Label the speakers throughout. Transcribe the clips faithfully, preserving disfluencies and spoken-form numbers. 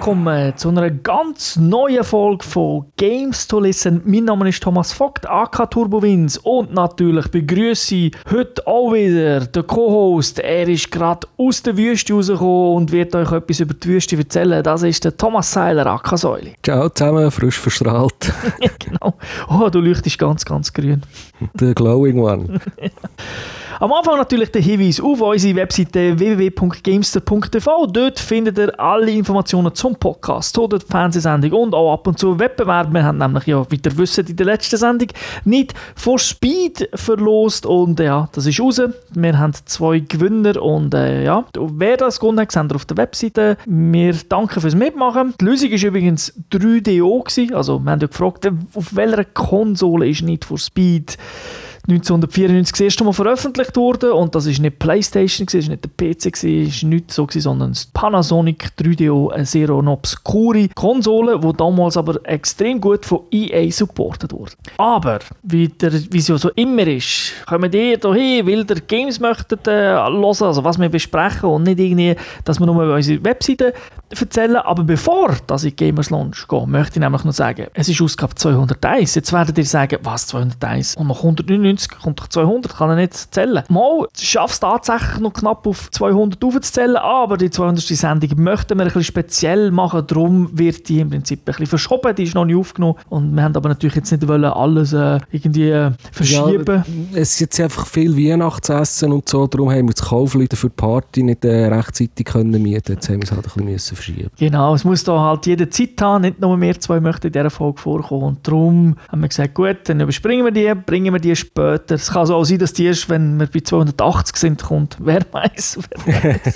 Speaker 1: willkommen zu einer ganz neuen Folge von Games to Listen. Mein Name ist Thomas Vogt, aka Turbowins, und natürlich begrüße ich heute auch wieder den Co-Host. Er ist gerade aus der Wüste rausgekommen und wird euch etwas über die Wüste erzählen. Das ist der Thomas Seiler, aka Säuli.
Speaker 2: Ciao zusammen, frisch verstrahlt.
Speaker 1: Ja, genau. Oh, du leuchtest ganz, ganz grün.
Speaker 2: The glowing one.
Speaker 1: Am Anfang natürlich der Hinweis auf unsere Webseite w w w punkt gamester punkt t v. Dort findet ihr alle Informationen zum Podcast, zu der Fernsehsendung und auch ab und zu Wettbewerb. Wir haben nämlich, ja, wie ihr wisst, in der letzten Sendung nicht for Speed verlost und ja, das ist raus. Wir haben zwei Gewinner und äh, ja, wer das gewonnen hat, seht ihr auf der Webseite. Wir danken fürs Mitmachen. Die Lösung war übrigens drei D O gewesen. Also wir haben ja gefragt, auf welcher Konsole ist Need for Speed neunzehnhundertvierundneunzig das erste Mal veröffentlicht wurde und das war nicht PlayStation, das war nicht der P C, das war nicht so, sondern das Panasonic drei D O, eine sehr obskure Konsole, die damals aber extrem gut von E A supportet wurde. Aber, wie, der, wie es ja so immer ist, kommen die hierher, weil ihr Games möchtet äh, hören, also was wir besprechen und nicht irgendwie, dass wir nur über unsere Webseite erzählen. Aber bevor dass ich Gamers Launch gehe, möchte ich nämlich noch sagen, es ist Ausgabe zweihunderteins. Jetzt werdet ihr sagen, was zweihunderteins? Und noch hundertneunundneunzig kommt doch zweihundert, kann er nicht zählen. Mal schafft es tatsächlich noch knapp auf zweihundert aufzuzählen, aber die zweihundertste Sendung möchten wir ein bisschen speziell machen, darum wird die im Prinzip ein bisschen verschoben, die ist noch nicht aufgenommen und wir haben aber natürlich jetzt nicht wollen, alles äh, irgendwie äh, verschieben.
Speaker 2: Ja, es ist jetzt einfach viel Weihnachtsessen und so, darum haben wir das Kaufleute für die Party nicht äh, rechtzeitig können mieten, jetzt haben wir es halt ein bisschen müssen verschieben.
Speaker 1: Genau, es muss da halt jede Zeit haben, nicht nur wir zwei möchten in dieser Folge vorkommen und darum haben wir gesagt, gut, dann überspringen wir die, bringen wir die später. Es kann so auch sein, dass die erst, wenn wir bei zweihundertachtzig sind, kommt. Wer weiß. Wer weiß.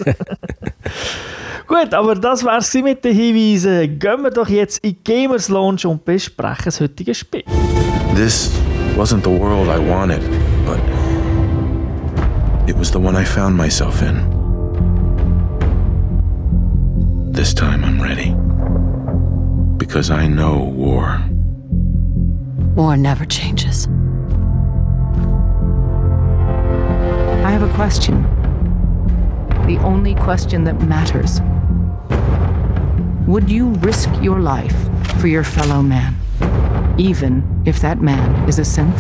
Speaker 1: Gut, aber das war es mit den Hinweisen. Gehen wir doch jetzt in Gamers Launch und besprechen das heutige Spiel.
Speaker 3: This wasn't the world I wanted, but it was the one I found myself in. This time I'm ready. Because I know war.
Speaker 4: War never changes. I have a question. The only question that matters. Would you risk your life for your fellow man, even if that man is a synth?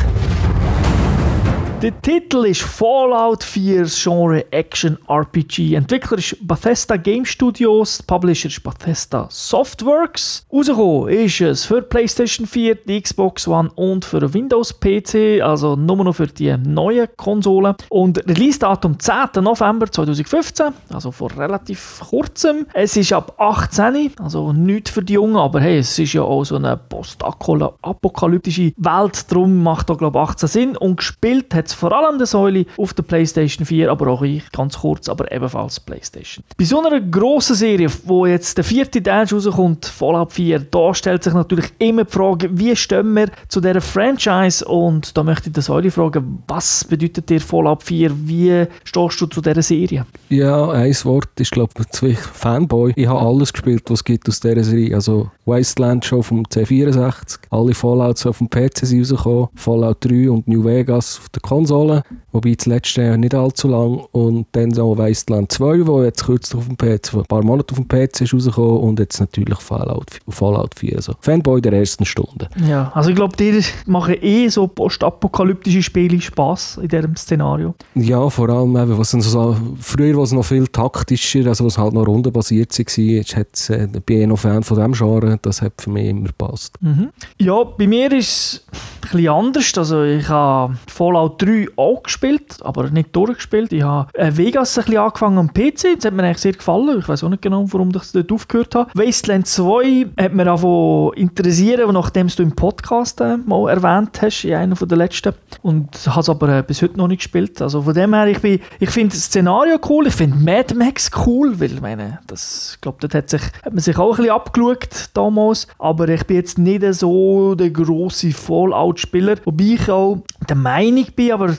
Speaker 1: Der Titel ist Fallout vier, Genre Action R P G. Entwickler ist Bethesda Game Studios, Publisher ist Bethesda Softworks. Rausgekommen ist es für PlayStation vier, die Xbox One und für Windows P C, also nur noch für die neuen Konsolen. Und Release-Datum zehnten November zweitausendfünfzehn, also vor relativ kurzem. Es ist ab achtzehn, also nichts für die Jungen, aber hey, es ist ja auch so eine postapokalyptische Welt, darum macht da glaube ich achtzehn Sinn. Und gespielt hat vor allem der Säule auf der PlayStation vier, aber auch ich, ganz kurz, aber ebenfalls PlayStation. Bei so einer grossen Serie, wo jetzt der vierte Teil rauskommt, Fallout vier, da stellt sich natürlich immer die Frage, wie stehen wir zu dieser Franchise? Und da möchte ich den Säule fragen, was bedeutet dir Fallout vier? Wie stehst du zu dieser Serie?
Speaker 2: Ja, ein Wort ist, glaube ich, Fanboy. Ich habe alles gespielt, was es gibt aus dieser Serie. Also Wasteland schon vom C vierundsechzig, alle Fallouts auf dem P C sind rausgekommen, Fallout drei und New Vegas auf der Konsole, wobei das letzte Jahr nicht allzu lang, und dann auch Wasteland zwei, wo jetzt kürzlich auf dem P C, vor ein paar Monaten auf dem P C ist rausgekommen, und jetzt natürlich Fallout, Fallout vier. Also Fanboy der ersten Stunde.
Speaker 1: Ja, also ich glaube, dir machen eh so postapokalyptische Spiele Spass in diesem Szenario.
Speaker 2: Ja, vor allem eben, was so, früher war es noch viel taktischer, also was halt noch rundenbasiert war, hat, äh, bin ich noch Fan von diesem Genre, das hat für mich immer gepasst.
Speaker 1: Mhm. Ja, bei mir ist es ein bisschen anders, also ich habe Fallout drei auch gespielt, aber nicht durchgespielt. Ich habe Vegas ein bisschen angefangen am P C, das hat mir eigentlich sehr gefallen. Ich weiß auch nicht genau, warum ich dort aufgehört habe. Wasteland zwei hat mir auch interessiert, nachdem du im Podcast äh, mal erwähnt hast, in einer der letzten. Und habe es aber äh, bis heute noch nicht gespielt. Also von dem her, ich, bin, ich finde das Szenario cool, ich finde Mad Max cool, weil ich meine, das, ich glaube, dort hat, sich, hat man sich auch ein bisschen abgeschaut damals, aber ich bin jetzt nicht so der grosse Fallout-Spieler, wobei ich auch der Meinung bin, aber da können wir sicher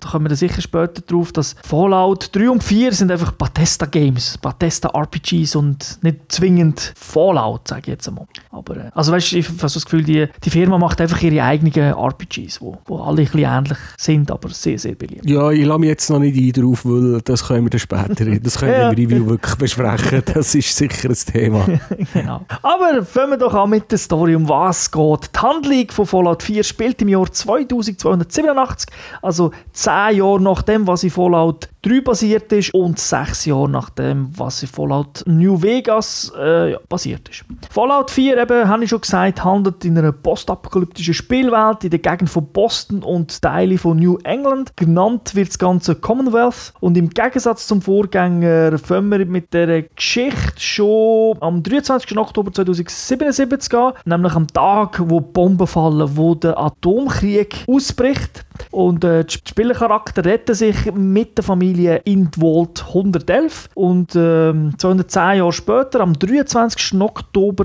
Speaker 1: sicher später drauf, dass Fallout drei und vier sind einfach Bethesda-Games, Bethesda-R P Gs und nicht zwingend Fallout, sage ich jetzt einmal. Aber, äh, also weißt du, ich habe so das Gefühl, die, die Firma macht einfach ihre eigenen R P Gs, wo, wo alle ein bisschen ähnlich sind, aber sehr, sehr beliebt.
Speaker 2: Ja, ich lasse mich jetzt noch nicht ein drauf, weil das können wir dann später, das können wir
Speaker 1: Ja.
Speaker 2: im Review wirklich besprechen, das ist sicher ein Thema.
Speaker 1: Genau. Aber fangen wir doch an mit der Story, um was es geht. Die Handlung von Fallout vier spielt im Jahr zweitausendzweihundertsiebenundachtzig, also zehn Jahre nach dem, was in Fallout drei basiert ist und sechs Jahre nach dem, was in Fallout New Vegas äh, ja, basiert ist. Fallout vier, eben, habe ich schon gesagt, handelt in einer postapokalyptischen Spielwelt in der Gegend von Boston und Teilen von New England. Genannt wird das Ganze Commonwealth und im Gegensatz zum Vorgänger fangen wir mit der Geschichte schon am dreiundzwanzigsten Oktober zweitausendsiebenundsiebzig an, nämlich am Tag, wo die Bomben fallen, wo der Atomkrieg ausbricht. Und äh, die Spielercharakter retten sich mit der Familie in die Vault hundertelf und ähm, zweihundertzehn Jahre später, am dreiundzwanzigsten Oktober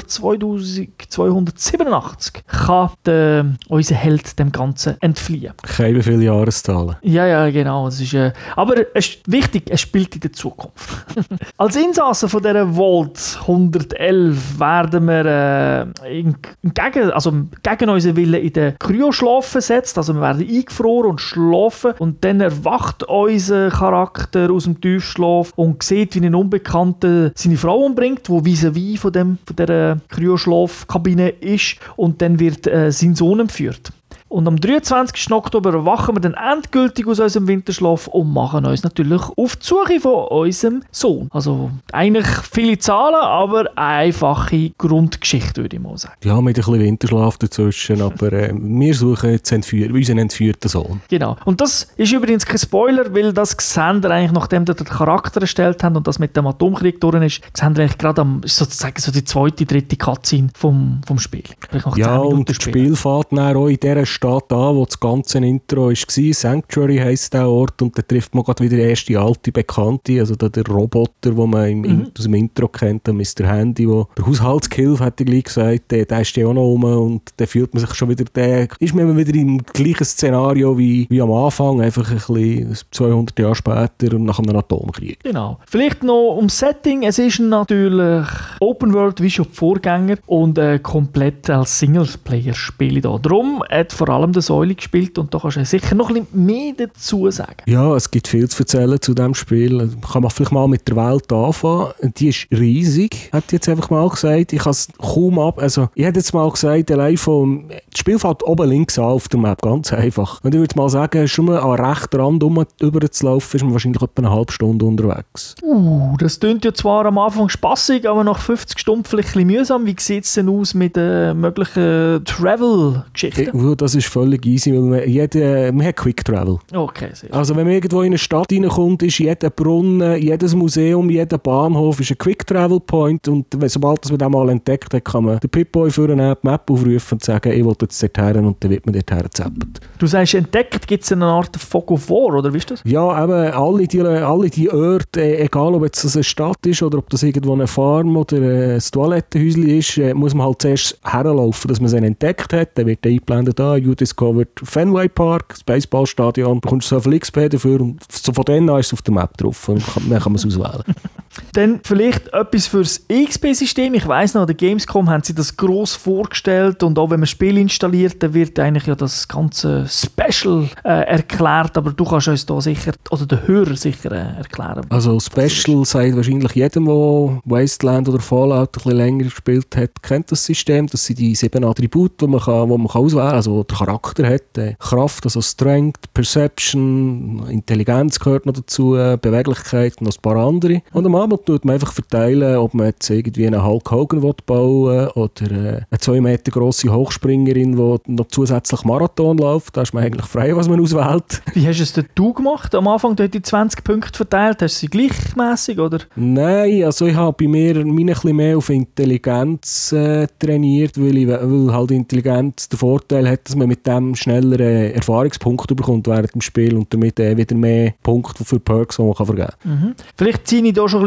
Speaker 1: zweitausendzweihundertsiebenundachtzig, kann der, unser Held dem Ganzen entfliehen.
Speaker 2: Keine viele Jahreszahlen.
Speaker 1: Ja, ja, genau. Es ist, äh, aber es ist wichtig, es spielt in der Zukunft. Als Insassen von dieser Vault hundertelf werden wir äh, in, gegen, also gegen unseren Willen in den Kryoschlaf versetzt, also wir werden eingefroren und schlafen und dann erwacht unser Charakter aus dem Tiefschlaf und sieht, wie ein Unbekannter seine Frau umbringt, die vis-à-vis von, dem, von dieser Kryoschlafkabine ist und dann wird äh, sein Sohn entführt. Und am dreiundzwanzigsten Oktober erwachen wir dann endgültig aus unserem Winterschlaf und machen uns natürlich auf die Suche von unserem Sohn. Also eigentlich viele Zahlen, aber einfache Grundgeschichte, würde ich mal sagen.
Speaker 2: Ja, mit ein bisschen Winterschlaf dazwischen, aber äh, wir suchen jetzt entführ- unseren entführten Sohn.
Speaker 1: Genau. Und das ist übrigens kein Spoiler, weil das sehen wir eigentlich, nachdem wir den Charakter erstellt haben und das mit dem Atomkrieg durch ist, sehen wir eigentlich gerade am, sozusagen so die zweite, dritte Cutscene vom, vom Spiel. Nach
Speaker 2: Ja,
Speaker 1: zehn
Speaker 2: und das Spiel fährt dann auch in dieser Stadt an, wo das ganze Intro war. Sanctuary heisst der Ort und da trifft man gerade wieder die erste alte Bekannte, also da der Roboter, den man im,
Speaker 1: Mhm.
Speaker 2: aus dem Intro kennt, der Mister Handy, wo der Haushaltskilf, hat er gleich gesagt, der, der ist ja auch noch rum und dann fühlt man sich schon wieder, der ist man wieder im gleichen Szenario wie, wie am Anfang, einfach ein bisschen zweihundert Jahre später und nach einem Atomkrieg.
Speaker 1: Genau. Vielleicht noch ums Setting. Es ist natürlich Open World wie schon die Vorgänger und äh, komplett als Singleplayer-Spiel da. Darum hat vor allem der Säule gespielt und da kannst du sicher noch ein bisschen mehr dazu sagen.
Speaker 2: Ja, es gibt viel zu erzählen zu diesem Spiel. Kann man vielleicht mal mit der Welt anfangen. Die ist riesig, hat jetzt einfach mal gesagt. Ich kann es kaum ab... Also, ich hätte jetzt mal gesagt, allein vom... Das Spiel fällt oben links an auf der Map, ganz einfach. Und ich würde mal sagen, schon mal an rechter Rand um rüber zu laufen, ist man wahrscheinlich etwa eine halbe Stunde unterwegs.
Speaker 1: Uh, das klingt ja zwar am Anfang spassig, aber nach fünfzig Stunden vielleicht ein bisschen mühsam. Wie sieht es denn aus mit den möglichen Travel-Geschichten?
Speaker 2: Ja, das ist völlig easy, weil man, jede, man hat Quick Travel.
Speaker 1: Okay, sehr schön.
Speaker 2: Also wenn man irgendwo in eine Stadt reinkommt, ist jeder Brunnen, jedes Museum, jeder Bahnhof ist ein Quick Travel Point und wenn, sobald man den mal entdeckt hat, kann man den Pip-Boy für eine Map aufrufen und sagen, ich will jetzt dorthin und dann wird man dorthin gezappt.
Speaker 1: Du sagst, entdeckt, gibt es eine Art Fog of War, oder wie ist das?
Speaker 2: Ja, eben, alle die, alle die Orte, äh, egal ob jetzt das eine Stadt ist oder ob das irgendwo eine Farm oder äh, ein Toilettenhäuschen ist, äh, muss man halt zuerst herlaufen, dass man es entdeckt hat. Dann wird eingeblendet, ah, you discovered Fenway Park, das Baseballstadion, du bekommst so viel X P dafür und so von dann an ist es auf der Map drauf und kann, dann kann man es auswählen.
Speaker 1: Dann vielleicht etwas fürs X P-System. Ich weiss noch, an der Gamescom haben sie das gross vorgestellt und auch wenn man Spiel installiert, dann wird eigentlich ja das ganze Special äh, erklärt, aber du kannst uns da sicher, oder der Hörer sicher äh, erklären.
Speaker 2: Also Special sagt wahrscheinlich jedem, der Wasteland oder Fallout ein bisschen länger gespielt hat, kennt das System. Das sind die sieben Attribute, die man, kann, die man kann auswählen kann, also der Charakter hat. Äh, Kraft, also Strength, Perception, Intelligenz gehört noch dazu, äh, Beweglichkeit und noch ein paar andere. Und am Abend tut man einfach verteilen, ob man jetzt irgendwie einen Hulk Hogan bauen will oder äh, eine zwei Meter grosse Hochspringerin, die noch zusätzlich Marathon läuft. Da ist man eigentlich frei, was man auswählt.
Speaker 1: Wie hast du es denn du gemacht? Am Anfang du hast die zwanzig Punkte verteilt. Hast du sie gleichmässig oder?
Speaker 2: Nein, also ich habe bei mir meine ein bisschen mehr auf Intelligenz äh, trainiert, weil, ich, weil halt Intelligenz den Vorteil hat, dass man mit dem schneller äh, Erfahrungspunkte bekommt während dem Spiel und damit äh, wieder mehr Punkte für Perks, die man kann vergeben kann.
Speaker 1: Mhm. Vielleicht ziehe ich da schon ein bisschen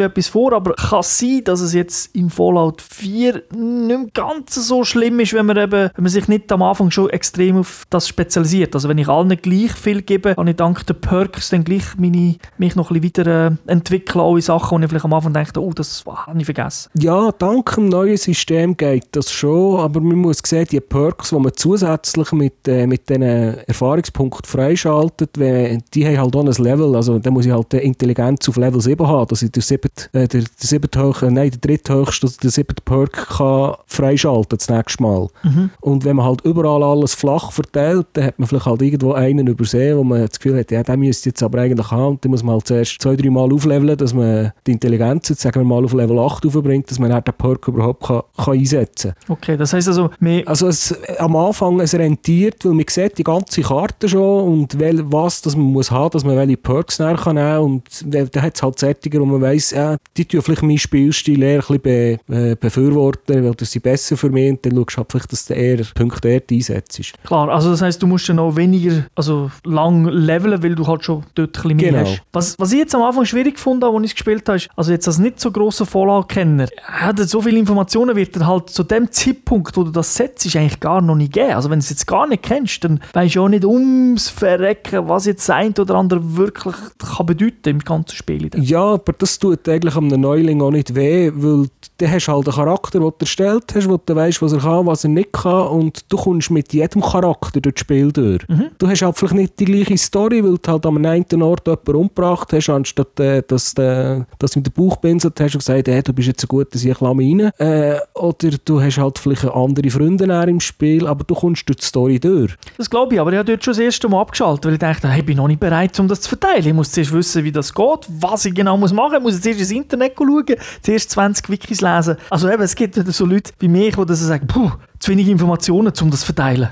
Speaker 1: etwas vor, aber kann sein, dass es jetzt im Fallout vier nicht mehr ganz so schlimm ist, wenn man, eben, wenn man sich nicht am Anfang schon extrem auf das spezialisiert. Also wenn ich allen gleich viel gebe, kann ich dank der Perks dann gleich meine, mich noch ein bisschen weiter äh, entwickeln, alle Sachen, wo ich vielleicht am Anfang dachte, oh, das oh, habe ich vergessen.
Speaker 2: Ja, dank dem neuen System geht das schon, aber man muss sehen, die Perks, die man zusätzlich mit, äh, mit diesen Erfahrungspunkten freischaltet, wenn, die haben halt auch ein Level, also da muss ich halt die Intelligenz auf Level sieben haben, dass ich den siebten, äh, der, der siebten hoch, nein, der dritthöchste, der siebten Perk kann freischalten das nächste Mal. Mhm. Und wenn man halt überall alles flach verteilt, dann hat man vielleicht halt irgendwo einen übersehen, wo man das Gefühl hat, ja, den müsste jetzt aber eigentlich haben, und dann muss man halt zuerst zwei, drei Mal aufleveln, dass man die Intelligenz, jetzt sagen wir mal, auf Level acht aufbringt, dass man dann den Perk überhaupt kann, kann einsetzen kann.
Speaker 1: Okay, das heisst also...
Speaker 2: Also es, am Anfang es rentiert, weil man sieht die ganze Karte schon und wel, was das man muss haben, dass man welche Perks nehmen kann und dann hat es halt Sättiger, wo man weiss, äh, die tun vielleicht meinen Spielstil eher ein bisschen be, äh, befürworten, weil das sind besser für mich und dann schaust du halt vielleicht, dass du eher Punkte dort einsetzt.
Speaker 1: Klar, also das heisst, du musst dann auch weniger, also lang leveln, weil du halt schon dort ein bisschen mehr
Speaker 2: genau.
Speaker 1: hast. Was, was ich jetzt am Anfang schwierig gefunden habe, als ich es gespielt habe, ist, also jetzt als nicht so grosser Fallout-Kenner, hat so viele Informationen wird er halt zu dem Zeitpunkt, wo du das setzt, ist eigentlich gar noch nicht geben. Also wenn du es jetzt gar nicht kennst, dann weisst du auch nicht ums Verrecken, was jetzt das eine oder andere wirklich kann bedeuten im ganzen Spiel.
Speaker 2: Ja, aber das tut eigentlich einem Neuling auch nicht weh, weil du hast halt einen Charakter, den du erstellt hast, wo du weißt, was er kann, was er nicht kann und du kommst mit jedem Charakter durch das Spiel durch. Mhm. Du hast halt vielleicht nicht die gleiche Story, weil du halt am einen Ort jemanden umgebracht hast, anstatt äh, dass, äh, dass du mit dem Bauch pinselt hast und gesagt, hey, du bist jetzt so gut, dass ich lass mich rein. Äh, oder du hast halt vielleicht andere Freunde im Spiel, aber du kommst durch die Story durch.
Speaker 1: Das glaube ich, aber ich habe dort schon das erste Mal abgeschaltet, weil ich dachte, hey, ich bin noch nicht bereit, um das zu verteilen. Ich muss zuerst wissen, wie das geht, was ich genau muss machen muss. Ich muss jetzt erst ins Internet schauen, zuerst zwanzig Wikis lesen. Also eben, es gibt so Leute wie mich, die das sagen, puh, zu wenig Informationen, um das zu verteilen.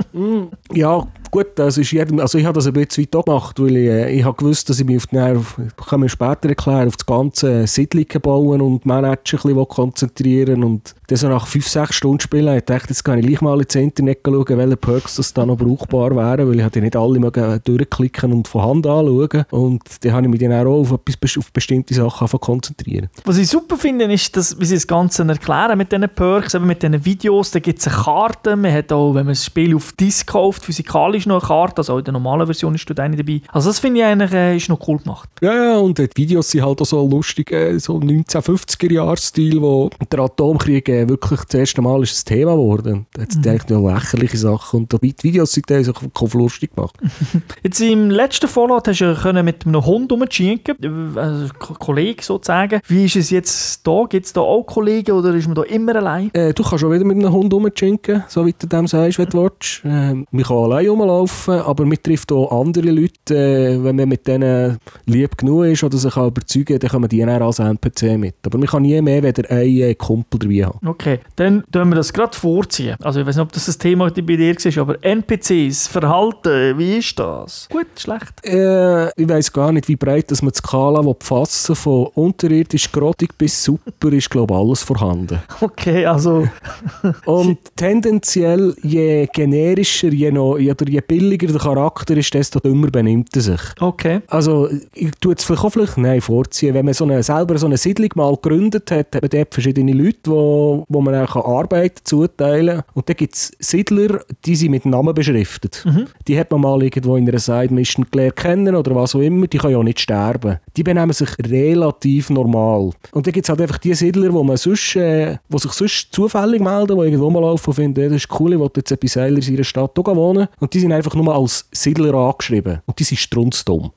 Speaker 2: Ja, gut, das ist jedem, also ich habe das ein bisschen weit gemacht, weil ich, ich habe gewusst, dass ich mich auf, auf kann mir später erklären, auf das ganze Siedlungen bauen und Managen ein bisschen konzentrieren und dann so nach fünf, sechs Stunden spielen, ich dachte, jetzt kann ich gleich mal ins Internet schauen, welche Perks das da noch brauchbar wären, weil ich hatte nicht alle mögen durchklicken und von Hand anschauen und dann habe ich mich dann auch auf, etwas, auf bestimmte Sachen konzentrieren.
Speaker 1: Was ich super finde, ist, dass, wie sie das Ganze erklären mit diesen Perks, eben mit diesen Videos, da gibt es eine Karte, man hat auch, wenn man das Spiel auf Disc kauft, physikalisch noch eine Karte, also auch in der normalen Version ist dort eine dabei. Also das finde ich eigentlich äh, ist noch cool gemacht.
Speaker 2: Ja, ja, und die Videos sind halt auch so lustig, äh, so neunzehnhundertfünfziger-Jahr-Stil, wo der Atomkrieg äh, wirklich das erste Mal ist ein Thema geworden. Da hat es mhm. eigentlich noch lächerliche Sachen und die Videos sind dann so lustig gemacht.
Speaker 1: Jetzt im letzten Fallout hast du ja mit einem Hund rumschicken, also Kollege sozusagen. Wie ist es jetzt da? Gibt es da auch Kollegen oder ist man da immer allein?
Speaker 2: Äh, du kannst auch wieder mit einem Hund rumschinken, so wie du dem sagst, wenn du willst. Äh, man kann allein rumlaufen, aber man trifft auch andere Leute. Äh, wenn man mit denen lieb genug ist oder sich auch überzeugen, dann kann man die dann als N P C mit. Aber man kann nie mehr weder einen Kumpel dabei haben.
Speaker 1: Okay, dann tun wir das gerade vorziehen. Also ich weiß nicht, ob das ein Thema bei dir war, aber N P Cs, Verhalten, wie ist das? Gut, schlecht?
Speaker 2: Äh, ich weiss gar nicht, wie breit dass man die Skala befassen von unterirdisch, grottig bis super ist, glaube ich, alles vorhanden.
Speaker 1: Okay, also...
Speaker 2: Und tendenziell, je generischer, je, noch, je, je billiger der Charakter ist, desto dümmer benimmt er sich.
Speaker 1: Okay.
Speaker 2: Also, ich tue jetzt vielleicht auch vielleicht, nein, vorziehen. Wenn man so eine, selber so eine Siedlung mal gegründet hat, hat man dort verschiedene Leute, wo, wo man auch Arbeit zuteilen kann. Und dann gibt es Siedler, die sind mit Namen beschriftet. Mhm. Die hat man mal irgendwo in einer Side-Mission gelernt kennen oder was auch immer. Die können ja auch nicht sterben. Die benehmen sich relativ normal. Und dann gibt es halt einfach die Siedler, wo man sonst, äh, wo sich sonst zufällig melden, die irgendwo mal laufen und finden, das ist cool, ich will jetzt bei Seiler in ihrer Stadt auch wohnen. Und die sind einfach nur als Siedler angeschrieben. Und die sind strunzdumm.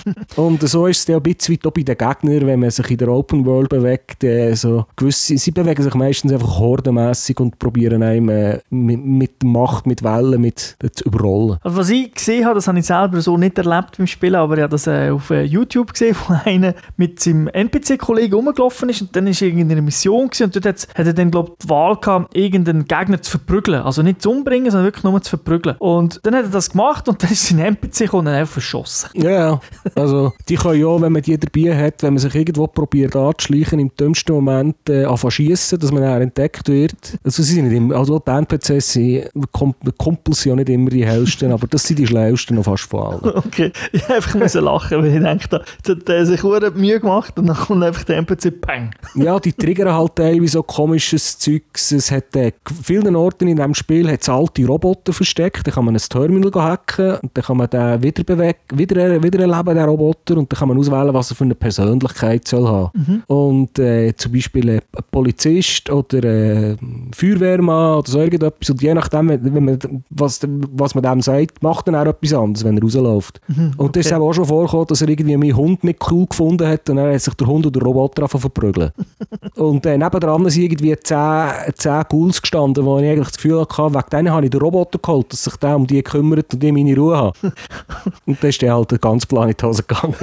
Speaker 2: Und so ist es dann ein bisschen weit auch bei den Gegnern, wenn man sich in der Open World bewegt. Äh, so gewisse, sie bewegen sich meistens einfach hordenmässig und probieren einem äh, mit, mit Macht, mit Wellen mit, äh, zu überrollen.
Speaker 1: Also was ich gesehen habe, das habe ich selber so nicht erlebt beim Spielen, aber ich habe das äh, auf äh, YouTube gesehen, wo einer mit seinem N P C-Kollegen rumgelaufen ist und dann war irgendeine Mission gewesen, und dort hat er dann, glaube ich, die Wahl gehabt, irgendeinen Gegner zu verprügeln. Also nicht zu umbringen, sondern wirklich nur zu verprügeln. Und dann hat er das gemacht und dann ist sein N P C gekommen und dann einfach verschossen.
Speaker 2: Ja, also die können ja, wenn man die dabei hat, wenn man sich irgendwo probiert anzuschleichen, im dümmsten Moment äh, anfangen schiessen, dass man dann entdeckt wird. Also sie sind nicht immer, also die N P Cs sind, Kumpels sind ja nicht immer die hellsten, aber das sind die schlauesten noch fast von allen.
Speaker 1: Okay, ich einfach müssen lachen, weil ich denke, da hat er sich sehr Mühe gemacht und dann kommt einfach der N P C, pang.
Speaker 2: Ja, die triggern halt teilweise so komisches Zeugs. Es hat äh, vielen Orten in diesem Spiel hat's alte Roboter versteckt, da kann man ein Terminal hacken und dann kann man den wieder bewegen, wieder, wieder erleben, den Roboter, und dann kann man auswählen, was er für eine Persönlichkeit soll haben. Mhm. Und äh, zum Beispiel ein Polizist oder ein Feuerwehrmann oder so irgendetwas, und je nachdem, wenn man, was, was man dem sagt, macht dann auch etwas anderes, wenn er rausläuft. Mhm, okay. Und das ist auch schon vorgekommen, dass er irgendwie meinen Hund nicht cool gefunden hat und dann hat sich der Hund oder der Roboter angefangen zu verprügeln. Und äh, nebendran sind irgendwie zehn, zehn Ghouls gestanden, wo ich eigentlich das Gefühl hatte, wegen denen habe ich den Roboter geholt, dass sich der um die kümmert und die meine Ruhe haben. Und dann ist der halt ganz plan in die Hose gegangen.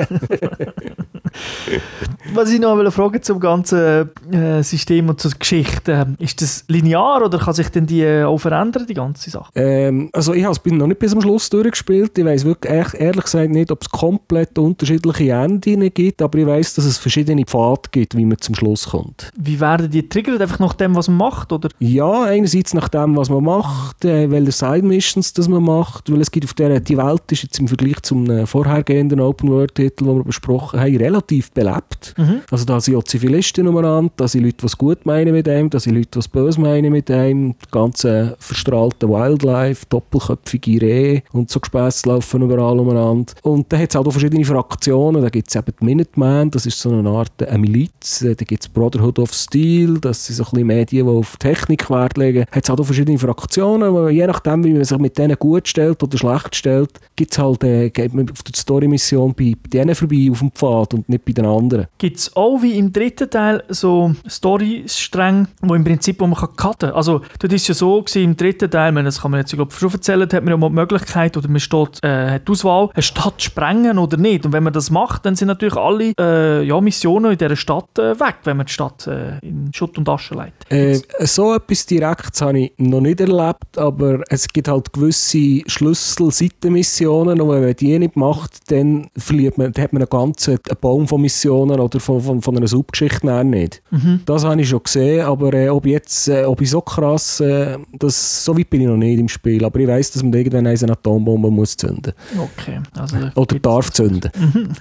Speaker 1: Was ich noch fragen zum ganzen äh, System und zur Geschichte, ist das linear oder kann sich denn die äh, auch verändern, die ganze Sache?
Speaker 2: Ähm, also ich bin noch nicht bis zum Schluss durchgespielt. Ich weiss wirklich ehrlich, ehrlich gesagt nicht, ob es komplett unterschiedliche Enden gibt, aber ich weiss, dass es verschiedene Pfade gibt, wie man zum Schluss kommt.
Speaker 1: Wie werden die triggert? Einfach nach dem, was man macht, oder?
Speaker 2: Ja, einerseits nach dem, was man macht, äh, welche Side-Missions das man macht, weil es gibt auf der, die Welt ist jetzt im Vergleich zum äh, vorhergehenden Open-World-Titel, den wir besprochen haben, relativ belebt. Mhm. Also da sind auch Zivilisten umeinander, da sind Leute, die es gut meinen mit einem, da sind Leute, die es böse meinen mit einem, die ganze verstrahlte Wildlife, doppelköpfige Rehe und so Gespässe laufen überall umeinander. Und da hat es auch verschiedene Fraktionen, da gibt es eben die Minutemen, das ist so eine Art eine Miliz, da gibt es Brotherhood of Steel, das sind so ein bisschen Medien, die auf Technik Wert legen. Hat es auch verschiedene Fraktionen, aber je nachdem, wie man sich mit denen gut stellt oder schlecht stellt, gibt es halt, äh, geht man auf der Story-Mission bei denen vorbei auf dem Pfad und nicht bei den anderen.
Speaker 1: Gibt es auch wie im dritten Teil so Story-Stränge, wo im Prinzip wo man kann cutten kann? Also das ist ja so gewesen, im dritten Teil, das kann man jetzt glaube ich schon erzählen, hat man ja mal die Möglichkeit oder man steht, äh, hat die Auswahl, eine Stadt sprengen oder nicht. Und wenn man das macht, dann sind natürlich alle äh, ja, Missionen in dieser Stadt äh, weg, wenn man die Stadt äh, in Schutt und Asche legt.
Speaker 2: Äh, so etwas Direktes habe ich noch nicht erlebt, aber es gibt halt gewisse Schlüssel-Seitenmissionen und wenn man die nicht macht, dann verliert man, dann hat man einen ganzen einen Baum von Missionen oder von, von, von einer Subgeschichte nicht. Mhm. Das habe ich schon gesehen, aber äh, ob, jetzt, äh, ob ich so krass, äh, das, so weit bin ich noch nicht im Spiel, aber ich weiss, dass man irgendwann eine Atombombe muss zünden.
Speaker 1: Okay. Also,
Speaker 2: oder darf zünden.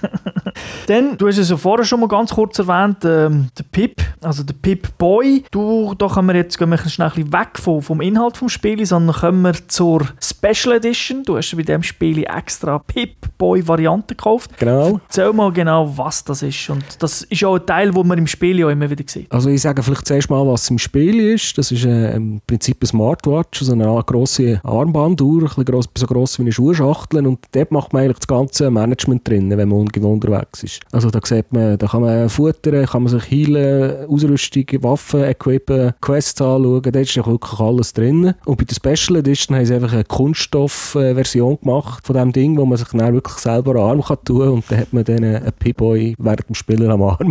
Speaker 1: Dann, du hast es ja vorher schon mal ganz kurz erwähnt, ähm, der Pip, also der Pip-Boy. Du, da können wir jetzt gehen wir schnell ein bisschen weg vom, vom Inhalt des Spiels, sondern kommen wir zur Special Edition. Du hast bei diesem Spiel extra Pip-Boy-Variante gekauft.
Speaker 2: Genau.
Speaker 1: Erzähl mal genau, was das ist. Und das ist auch ein Teil, den man im Spiel ja immer wieder sieht.
Speaker 2: Also ich sage vielleicht zuerst mal, was im Spiel ist. Das ist äh, im Prinzip ein Smartwatch, also eine grosse Armbanduhr, ein bisschen gross, so gross wie eine Schuhschachtel. Und dort macht man eigentlich das ganze Management drin, wenn man unterwegs ist. Also da sieht man, da kann man futtern, kann man sich heilen, Ausrüstung, Waffen, equippen, Quests anschauen, da ist wirklich alles drin. Und bei der Special Edition haben sie einfach eine Kunststoff-Version gemacht von dem Ding, wo man sich dann wirklich selber am Arm kann tun kann, und dann hat man dann einen P-Boy während dem Spielen am Arm.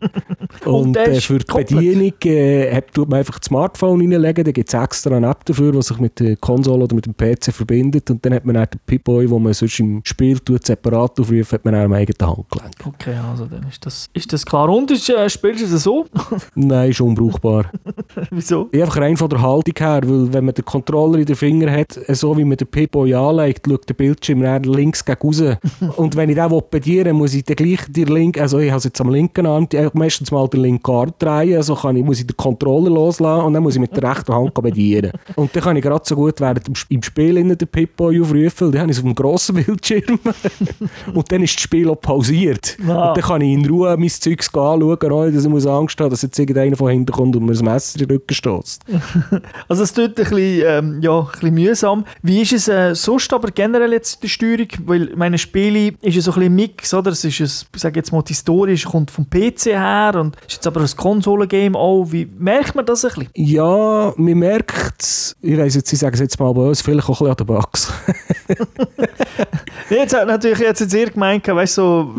Speaker 2: und und äh, für die komplett. Bedienung äh, tut man einfach das Smartphone reinlegen, da gibt es extra eine App dafür, die sich mit der Konsole oder mit dem P C verbindet, und dann hat man dann den P-Boy, den man sonst im Spiel tut, separat aufruft, hat man dann am eigenen Handgelenk.
Speaker 1: Okay, also dann ist das, ist das klar. Und ist, äh, spielst du das so?
Speaker 2: Nein, ist unbrauchbar.
Speaker 1: Wieso?
Speaker 2: Einfach rein von der Haltung her, weil wenn man den Controller in den Finger hat, so wie man den P-Boy anlegt, schaut der Bildschirm links gegen raus. Und wenn ich den bedienen will, muss ich den gleich die linke, also ich habe es jetzt am linken Arm, meistens mal den linken Arm drehen, also kann ich, muss ich den Controller loslassen und dann muss ich mit der rechten Hand bedienen. Und dann kann ich gerade so gut während dem, im Spiel den P-Boy aufrufen, weil dann habe ich es auf dem grossen Bildschirm. Und dann ist das Spiel auch pausiert. Ah. Und dann kann ich in Ruhe mein Zeugs anschauen, ohne dass ich muss Angst haben, dass jetzt irgendeiner von hinten kommt und mir das Messer in den Rücken stößt.
Speaker 1: Also es tut ein bisschen, ähm, ja, ein bisschen mühsam. Wie ist es äh, sonst aber generell jetzt in der Steuerung? Weil meine Spiele ist ja so ein bisschen ein Mix, oder? Es ist, ein, ich sage jetzt mal, die Story kommt vom P C her und ist jetzt aber ein Konsolengame auch. Wie merkt man das ein bisschen?
Speaker 2: Ja, man merkt es, ich weiss jetzt, ich sage es jetzt mal böse, vielleicht auch ein bisschen an den Bugs.
Speaker 1: Jetzt hat natürlich jetzt, jetzt ihr gemeint, weißt du, so,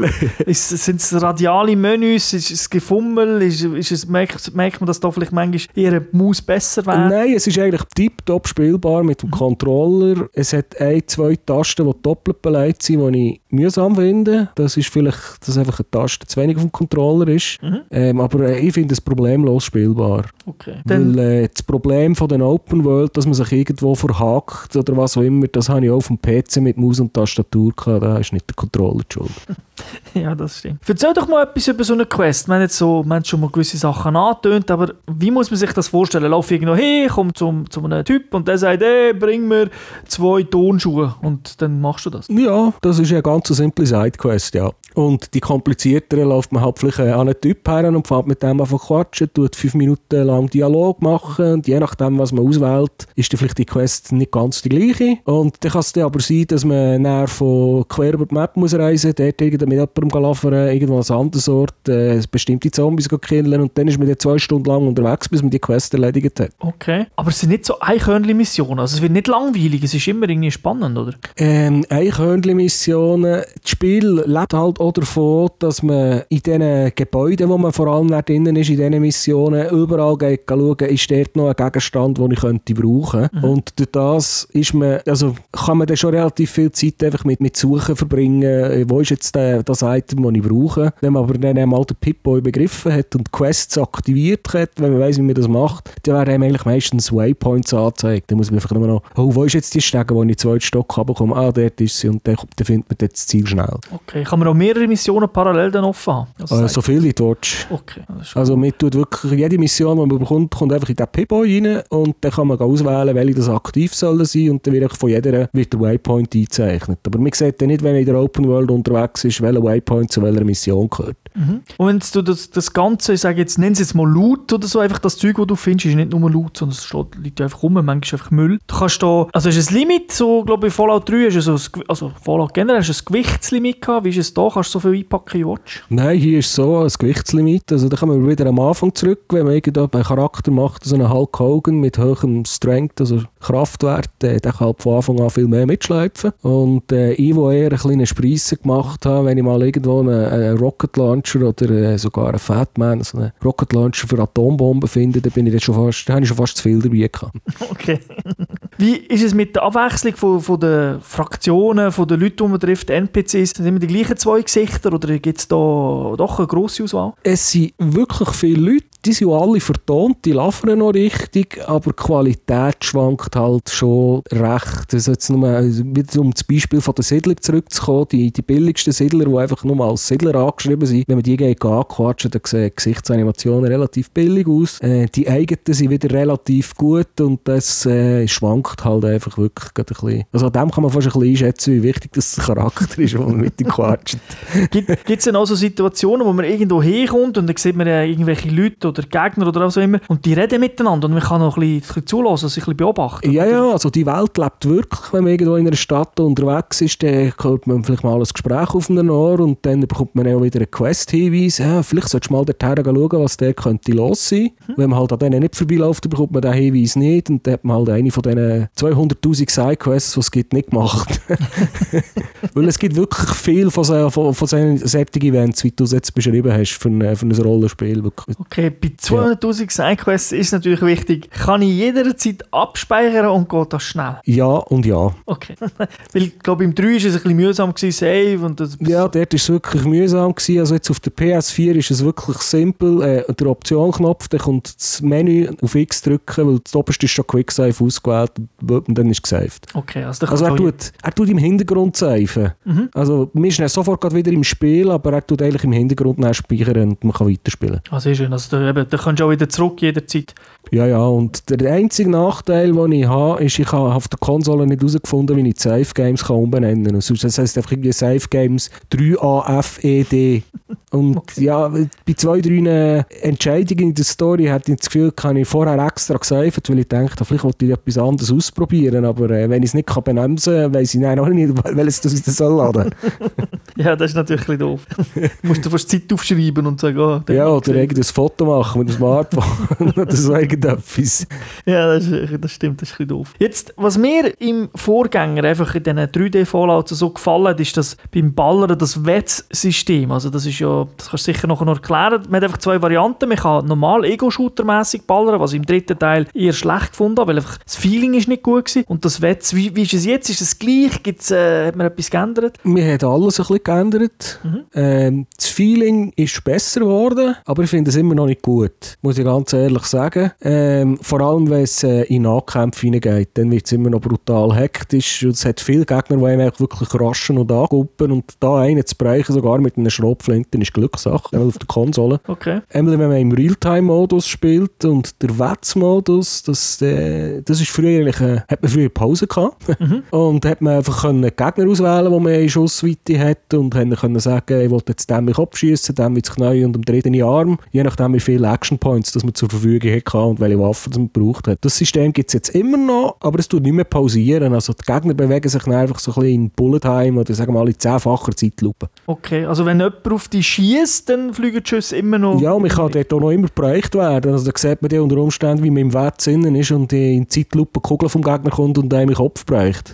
Speaker 1: ist, sind es radiale Menüs, ist es Gefummel, ist, ist es, merkt, merkt man, dass da vielleicht manchmal eher eine Maus besser wäre?
Speaker 2: Nein, es ist eigentlich tiptop spielbar mit dem mhm. Controller. Es hat ein, zwei Tasten, die doppelt beleidigt sind, die ich mühsam finde. Das ist vielleicht, dass einfach eine Taste zu wenig auf dem Controller ist. Mhm. Ähm, aber äh, ich finde es problemlos spielbar.
Speaker 1: Okay.
Speaker 2: Weil äh, das Problem von den Open World, dass man sich irgendwo verhakt oder was auch immer, das habe ich auch auf dem P C mit Maus und Tastatur gehabt. Da ist nicht der Controller die Schuld.
Speaker 1: Ja, das stimmt. Erzähl doch mal etwas über so eine Quest. Wir haben jetzt so, wir haben schon mal gewisse Sachen angetönt, aber wie muss man sich das vorstellen? Lauf irgendwo hin, komm zum, zu einem Typ und der sagt, hey, bring mir zwei Tonschuhe und dann machst du das?
Speaker 2: Ja, das ist eine ganz simple Sidequest, ja. Und die komplizierteren läuft man halt vielleicht an einen Typ her und fängt mit dem einfach quatschen, tut fünf Minuten lang Dialog machen und je nachdem, was man auswählt, ist dann vielleicht die Quest nicht ganz die gleiche. Und dann kann es dann aber sein, dass man näher von quer über die Map muss reisen, dort mit jemandem laufen, irgendwo an einen anderen Ort, äh, bestimmte Zombies killen und dann ist man dann zwei Stunden lang unterwegs, bis man die Quest erledigt hat.
Speaker 1: Okay, aber es sind nicht so Eichhörnchen-Missionen, also es wird nicht langweilig, es ist immer irgendwie spannend, oder?
Speaker 2: Ähm, Eichhörnchen-Missionen, das Spiel lebt halt auch davon, dass man in diesen Gebäuden, wo man vor allem drinnen ist, in diesen Missionen, überall geht schauen, ist dort noch ein Gegenstand, den ich könnte brauchen könnte. Mhm. Und durch das ist man, also kann man dann schon relativ viel Zeit einfach mit, mit Suchen verbringen, wo ist jetzt der, das Item, das ich brauche. Wenn man aber dann einmal den Pip-Boy begriffen hat und Quests aktiviert hat, wenn man weiss, wie man das macht, dann werden einem eigentlich meistens Waypoints angezeigt. Dann muss man einfach nur noch, oh, wo ist jetzt die Stege, wo ich in den zweiten Stock runterkomme? Ah, dort ist sie und dann, dann findet man das Ziel schnell.
Speaker 1: Okay, kann man auch mehrere Missionen parallel dann offen haben?
Speaker 2: Äh, so viele du willst.
Speaker 1: Okay.
Speaker 2: Also man tut wirklich, jede Mission, die man bekommt, kommt einfach in den Pip-Boy rein und dann kann man auswählen, welche das aktiv sollen sein und dann wird von jeder wird der Waypoint eingezeichnet. Aber man sieht dann nicht, wenn man in der Open World unterwegs ist, welcher Waypoint zu welcher Mission gehört.
Speaker 1: Mhm. Und wenn du das, das Ganze, ich sage jetzt, nenn es jetzt mal Loot oder so, einfach das Zeug, das du findest, ist nicht nur Loot, sondern es steht, liegt einfach rum, manchmal ist einfach Müll. Du kannst da, also ist ein Limit, so glaube ich, Fallout drei hast du so, also Fallout generell hast du ein Gewichtslimit gehabt, wie ist es da? Kannst du so viel einpacken, wie du willst?
Speaker 2: Nein, hier ist so ein Gewichtslimit, also da kommen wir wieder am Anfang zurück, wenn man irgendwie einen Charakter macht, so einen Hulk Hogan mit hohem Strength, also Kraftwert, der kann halt von Anfang an viel mehr mitschleifen. Und äh, ich, wo eher eine kleine Spreisse gemacht habe, wenn ich mal irgendwo einen, einen Rocket Launcher oder äh, sogar einen Fat Man, also einen Rocket Launcher für Atombomben finde, dann bin ich jetzt schon fast, da habe ich schon fast zu viel dabei gehabt.
Speaker 1: Okay. Wie ist es mit der Abwechslung von, von den Fraktionen, von den Leuten, die man trifft, N P Cs? Sind immer die gleichen zwei Gesichter oder gibt es da doch eine grosse Auswahl?
Speaker 2: Es sind wirklich viele Leute, die sind alle vertont, die laufen noch richtig, aber die Qualität schwankt halt schon recht. Also jetzt nur, wieder um das Beispiel von der Siedlung zurückzukommen, die, die billigsten Siedler, die einfach nur als Siedler angeschrieben sind, wenn man die geht anquatschen, dann sehen Gesichtsanimationen relativ billig aus. Äh, die eigenen sind wieder relativ gut und das äh, schwankt halt einfach wirklich ein bisschen. Also an dem kann man fast ein bisschen einschätzen, wie wichtig das der Charakter ist, wo man mit ihm quatscht.
Speaker 1: Gibt es denn auch so Situationen, wo man irgendwo herkommt und dann sieht man ja irgendwelche Leute oder Gegner oder was auch immer und die reden miteinander und man kann auch ein bisschen, ein bisschen zulassen, sich ein bisschen beobachten?
Speaker 2: Ja, ja, also die Welt lebt wirklich. Wenn man irgendwo in einer Stadt unterwegs ist, dann hört man vielleicht mal ein Gespräch auf einem Ohr und dann bekommt man auch wieder einen Quest-Hinweis. Ja, vielleicht solltest du mal dorthin schauen, was da könnte los sein. Mhm. Wenn man halt an denen nicht vorbeiläuft, dann bekommt man den Hinweis nicht und dann hat man halt eine von diesen zweihunderttausend Sidequests, die es gibt, nicht gemacht. Weil es gibt wirklich viel von, so, von, von solchen Events, wie du es jetzt beschrieben hast, für ein, für ein Rollenspiel. Wirklich.
Speaker 1: Okay, bei zweihunderttausend ja. Sidequests ist natürlich wichtig, kann ich jederzeit abspeichern und geht das schnell?
Speaker 2: Ja und ja.
Speaker 1: Okay. Weil ich glaube, im drei war es ein bisschen mühsam, gewesen, Save und das...
Speaker 2: Ja, dort war es wirklich mühsam gewesen. Also jetzt auf der P S vier ist es wirklich simpel. Äh, der Option-Knopf, da kommt das Menü auf X drücken, weil das oberste ist schon Quick Save ausgewählt und dann ist gesaved.
Speaker 1: Okay, also,
Speaker 2: also er, tut, er tut im Hintergrund saven. Mhm. Also man ist sofort gerade wieder im Spiel, aber er tut eigentlich im Hintergrund speichern und man kann weiterspielen.
Speaker 1: Ah, sehr schön. Also da, da kannst du auch wieder zurück jederzeit.
Speaker 2: Ja, ja. Und der einzige Nachteil, den ich habe, ist, ich habe auf der Konsole nicht herausgefunden, wie ich die Save Games kann umbenennen kann. Das heisst einfach irgendwie Save Games drei A F E D. Und
Speaker 1: okay.
Speaker 2: ja, bei zwei, drei Entscheidungen in der Story hatte ich das Gefühl, kann ich vorher extra gesaved, weil ich dachte, vielleicht wollte ich etwas anderes ausprobieren, aber äh, wenn ich es nicht kann benennen kann, weiss ich auch nicht, welches das wieder soll laden.
Speaker 1: Ja, das ist natürlich ein bisschen doof. Du musst dir fast Zeit aufschreiben und sagen, oh,
Speaker 2: ja, oder irgendein Foto machen mit dem Smartphone oder so irgendetwas.
Speaker 1: Ja, das, ist, das stimmt, das ist ein bisschen doof. Jetzt, was mir im Vorgänger einfach in diesen drei D-Fallouts so gefallen hat, ist das beim Ballern das W E T-System. Also das ist ja, das kannst du sicher noch erklären. Man hat einfach zwei Varianten. Man kann normal Ego-Shooter-mässig ballern, was ich im dritten Teil eher schlecht gefunden habe, weil einfach das Feeling ist nicht gut war. Und das W E T, wie, wie ist es jetzt? Ist es gleich? Gibt's, äh, hat man etwas geändert?
Speaker 2: Wir haben alles ein bisschen geändert. Mhm. Ähm, das Feeling ist besser geworden, aber ich finde es immer noch nicht gut. Muss ich ganz ehrlich sagen. Ähm, vor allem, wenn es äh, in Nahkämpfe hineingeht, dann wird es immer noch brutal hektisch. Es hat viele Gegner, die einem wirklich raschen und anguppen. Und da einen zu brechen, sogar mit einer Schrotflinte, ist Glückssache, auf der Konsole.
Speaker 1: Okay.
Speaker 2: Einmal, wenn man im Realtime-Modus spielt und der W E T-Modus, das, äh, das ist früher eigentlich, äh, hat man früher Pause gehabt. Mhm. Und hat man einfach können Gegner auswählen, die man in Schussweite hat und haben können sagen, ich will jetzt dem in den Kopf schiessen, dem ins Knie und dem dritten in den Arm, je nachdem wie viele Action Points das man zur Verfügung hatte und welche Waffen man gebraucht hat. Das System gibt es jetzt immer noch, aber es tut nicht mehr pausieren. Also die Gegner bewegen sich dann einfach so ein bisschen in Bullet Time oder sagen wir mal in zehnfacher Zeitlupe.
Speaker 1: Okay, also wenn jemand auf dich schiesst, dann fliegen die Schüsse immer noch...
Speaker 2: Ja, man kann dort auch noch immer bereicht werden. Also da sieht man ja unter Umständen, wie man im W E T innen ist und in Zeitlupe die Kugel vom Gegner kommt und einem in den Kopf bereicht.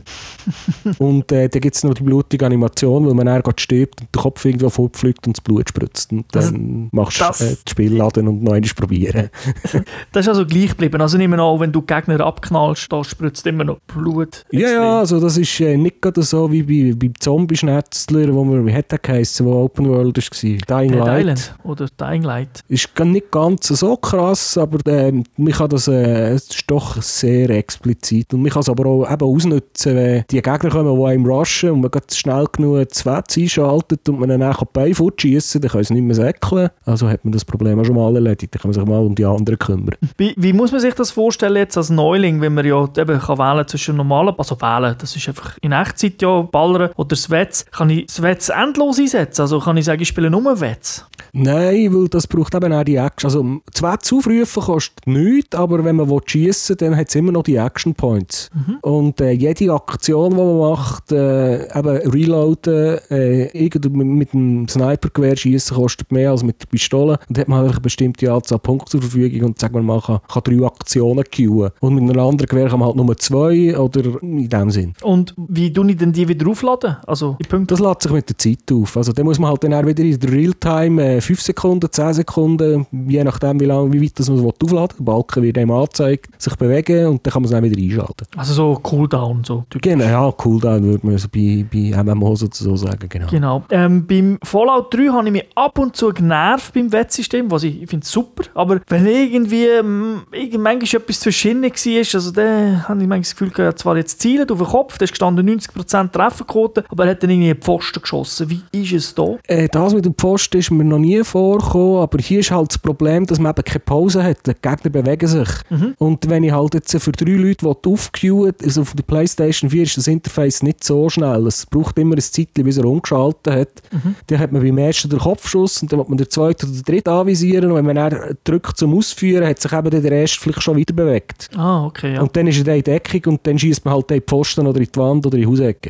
Speaker 2: Und äh, dann gibt es noch die blutige Animation, weil man dann gerade stirbt und der Kopf irgendwo fortfliegt und das Blut spritzt. Und dann also, machst du äh, das Spiel laden und noch einmal probieren.
Speaker 1: Das ist also gleich geblieben. Also nicht mehr noch, wenn du Gegner abknallst, da spritzt immer noch Blut.
Speaker 2: Ja, ja, also das ist äh, nicht gerade so wie bei, bei Zombie-Schnetzler, wo man, wie hat der geheißen, wo Open World war? Dying
Speaker 1: Dead
Speaker 2: Light.
Speaker 1: Island oder Dying Light.
Speaker 2: Ist nicht ganz so krass, aber äh, man kann das, äh, es ist doch sehr explizit. Und man kann es aber auch eben ausnutzen, wenn die Gegner kommen, die einem rushen und man geht schnell genug das W E T einschaltet und man dann auch die Beine fortschiessen, dann können sie nicht mehr säckeln. Also hat man das Problem auch schon mal erledigt. Dann kann man sich mal um die anderen kümmern.
Speaker 1: Wie, wie muss man sich das vorstellen jetzt als Neuling, wenn man ja eben kann wählen zwischen normalen, also wählen, das ist einfach in Echtzeit ja ballern oder das W E T. Kann ich das W E T endlos einsetzen? Also kann ich sagen, ich spiele nur W E T?
Speaker 2: Nein, weil das braucht eben auch die Action. Also das W E T aufrufen kostet nichts, aber wenn man schiessen will, dann hat es immer noch die Action Points. Mhm. Und äh, jede Aktion, die man macht, äh, eben reloaden, äh, mit dem Snipergewehr schiessen, kostet mehr als mit der Pistole. Und dann hat man halt eine bestimmte Anzahl Punkte zur Verfügung und sagen wir mal, kann, kann drei Aktionen queuen. Und mit einem anderen Gewehr kann man halt nur zwei oder in dem Sinn.
Speaker 1: Und wie tue ich denn die wieder aufladen? Also die Punkte?
Speaker 2: Das lädt sich mit der Zeit auf. Also dann muss man halt dann auch wieder in der Realtime äh, fünf Sekunden, zehn Sekunden, je nachdem wie, lang, wie weit das man aufladen will. Der Balken wird einem angezeigt, sich bewegen und dann kann man es dann wieder einschalten.
Speaker 1: Also so Cooldown. So
Speaker 2: genau, ja, Cooldown würde man so bei, bei M M O so sagen. Genau.
Speaker 1: genau. Ähm, beim Fallout drei habe ich mich ab und zu genervt beim W E T-System, was ich, ich finde super, aber wenn irgendwie ähm, manchmal etwas zu verschieden war, also dann habe ich manchmal das Gefühl, er zwar jetzt zielen auf den Kopf, da ist gestanden neunzig Prozent Trefferquote, aber er hat dann irgendwie einen Pfosten geschossen. Wie ist es da? Äh,
Speaker 2: das mit dem Pfosten ist mir noch nie vorgekommen, aber hier ist halt das Problem, dass man eben keine Pause hat. Die Gegner bewegen sich. Mhm. Und wenn ich halt jetzt für drei Leute aufqueuen, also auf der PlayStation vier ist das Interface nicht so schnell. Es braucht immer ein Zeitchen, bis er umgeschaltet hat. Mhm. Dann hat man beim ersten den Kopfschuss und dann wird man den zweiten oder den dritten anvisieren und wenn man dann drückt zum Ausführen, hat sich eben der erste vielleicht schon wieder bewegt.
Speaker 1: Ah, okay, ja.
Speaker 2: Und dann ist er in Deckung und dann schießt man halt in die Pfosten oder in die Wand oder in die Hausecke.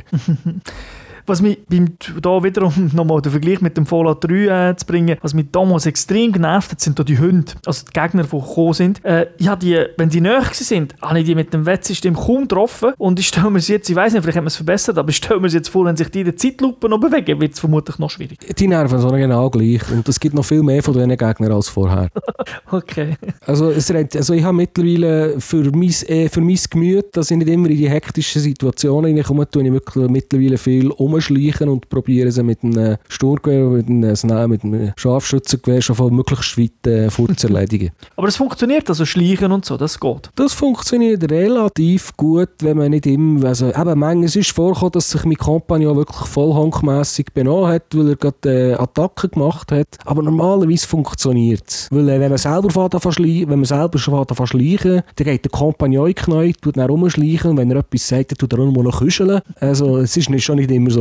Speaker 1: Was mich beim, da wiederum nochmal den Vergleich mit dem Fallout drei äh, zu bringen, was mich damals extrem genervt hat, sind da die Hunde, also die Gegner, die gekommen sind. Äh, ich habe die, wenn die näher sind, habe ich die mit dem W E T-System kaum getroffen und ich stelle mir es jetzt, ich weiß nicht, vielleicht haben wir es verbessert, aber ich stelle mir es jetzt vor, wenn sich die in der Zeitlupe noch bewegen, wird es vermutlich noch schwierig.
Speaker 2: Die nerven so genau gleich und es gibt noch viel mehr von diesen Gegnern als vorher.
Speaker 1: Okay.
Speaker 2: Also, es, also ich habe mittlerweile für mein, äh, für mein Gemüt, dass ich nicht immer in die hektischen Situationen reinkomme, tue ich wirklich mittlerweile viel um schleichen und probieren sie mit einem Sturmgewehr, mit einem, mit einem Scharfschützengewehr schon von möglichst weit äh, vorzuerledigen.
Speaker 1: Aber es funktioniert, also schleichen und so, das geht?
Speaker 2: Das funktioniert relativ gut, wenn man nicht immer, also eben manchmal ist es vorgekommen, dass sich mein Kompagnon wirklich vollhonkmässig benommen hat, weil er gerade äh, Attacken gemacht hat, aber normalerweise funktioniert es. Weil äh, wenn man selber schleichen, wenn man selber schon schleichen, dann geht der Kompagnon in die Knie, tut dann rumschleichen und wenn er etwas sagt, dann tut er auch noch küscheln. Also es ist nicht, schon nicht immer so